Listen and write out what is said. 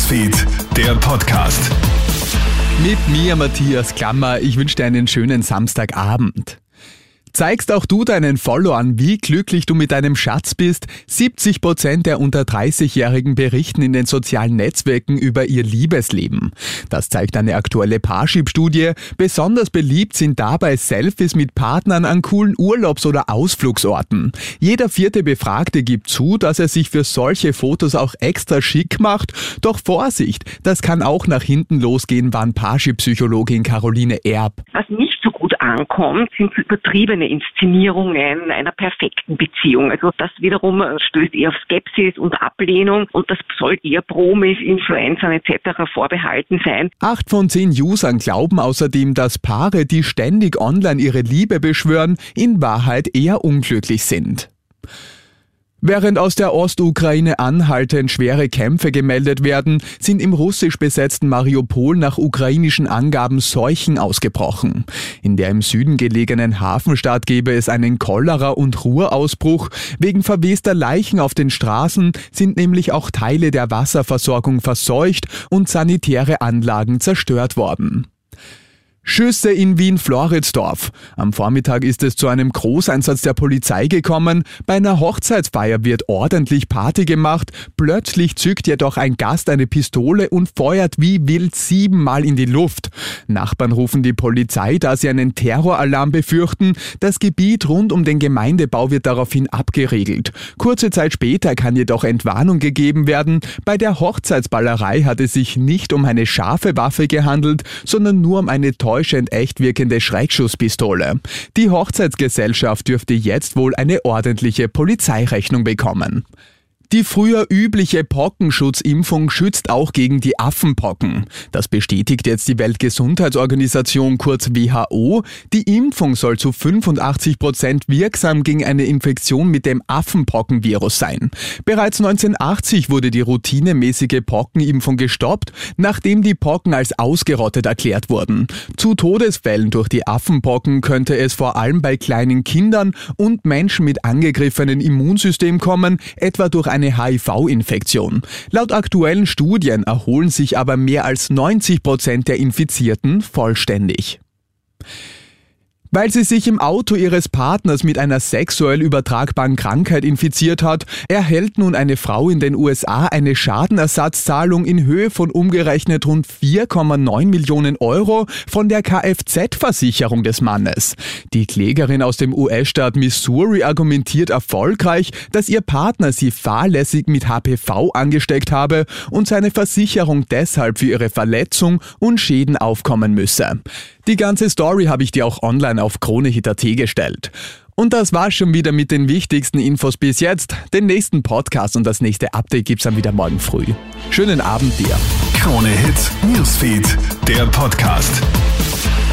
Newsfeed, der Podcast. Mit mir, Matthias Klammer. Ich wünsche dir einen schönen Samstagabend. Zeigst auch du deinen Followern, wie glücklich du mit deinem Schatz bist? 70% der unter 30-Jährigen berichten in den sozialen Netzwerken über ihr Liebesleben. Das zeigt eine aktuelle Parship-Studie. Besonders beliebt sind dabei Selfies mit Partnern an coolen Urlaubs- oder Ausflugsorten. Jeder 4. Befragte gibt zu, dass er sich für solche Fotos auch extra schick macht. Doch Vorsicht, das kann auch nach hinten losgehen, warnt Parship-Psychologin Caroline Erb. Was nicht so gut ankommt, sind übertriebene Inszenierungen einer perfekten Beziehung. Also das wiederum stößt eher auf Skepsis und Ablehnung und das soll eher Promis, Influencern etc. vorbehalten sein. 8 von 10 Usern glauben außerdem, dass Paare, die ständig online ihre Liebe beschwören, in Wahrheit eher unglücklich sind. Während aus der Ostukraine anhaltend schwere Kämpfe gemeldet werden, sind im russisch besetzten Mariupol nach ukrainischen Angaben Seuchen ausgebrochen. In der im Süden gelegenen Hafenstadt gebe es einen Cholera- und Ruhrausbruch. Wegen verwester Leichen auf den Straßen sind nämlich auch Teile der Wasserversorgung verseucht und sanitäre Anlagen zerstört worden. Schüsse in Wien-Floridsdorf. Am Vormittag ist es zu einem Großeinsatz der Polizei gekommen. Bei einer Hochzeitsfeier wird ordentlich Party gemacht. Plötzlich zückt jedoch ein Gast eine Pistole und feuert wie wild 7-mal in die Luft. Nachbarn rufen die Polizei, da sie einen Terroralarm befürchten. Das Gebiet rund um den Gemeindebau wird daraufhin abgeriegelt. Kurze Zeit später kann jedoch Entwarnung gegeben werden. Bei der Hochzeitsballerei hat es sich nicht um eine scharfe Waffe gehandelt, sondern nur um eine täuschend echt wirkende Schreckschusspistole. Die Hochzeitsgesellschaft dürfte jetzt wohl eine ordentliche Polizeirechnung bekommen. Die früher übliche Pockenschutzimpfung schützt auch gegen die Affenpocken. Das bestätigt jetzt die Weltgesundheitsorganisation, kurz WHO. Die Impfung soll zu 85% wirksam gegen eine Infektion mit dem Affenpockenvirus sein. Bereits 1980 wurde die routinemäßige Pockenimpfung gestoppt, nachdem die Pocken als ausgerottet erklärt wurden. Zu Todesfällen durch die Affenpocken könnte es vor allem bei kleinen Kindern und Menschen mit angegriffenem Immunsystem kommen, etwa durch eine HIV-Infektion. Laut aktuellen Studien erholen sich aber mehr als 90% der Infizierten vollständig. Weil sie sich im Auto ihres Partners mit einer sexuell übertragbaren Krankheit infiziert hat, erhält nun eine Frau in den USA eine Schadenersatzzahlung in Höhe von umgerechnet rund 4,9 Millionen Euro von der Kfz-Versicherung des Mannes. Die Klägerin aus dem US-Staat Missouri argumentiert erfolgreich, dass ihr Partner sie fahrlässig mit HPV angesteckt habe und seine Versicherung deshalb für ihre Verletzung und Schäden aufkommen müsse. Die ganze Story habe ich dir auch online auf KroneHit.at gestellt. Und das war's schon wieder mit den wichtigsten Infos bis jetzt. Den nächsten Podcast und das nächste Update gibt's dann wieder morgen früh. Schönen Abend dir. KroneHit Newsfeed, der Podcast.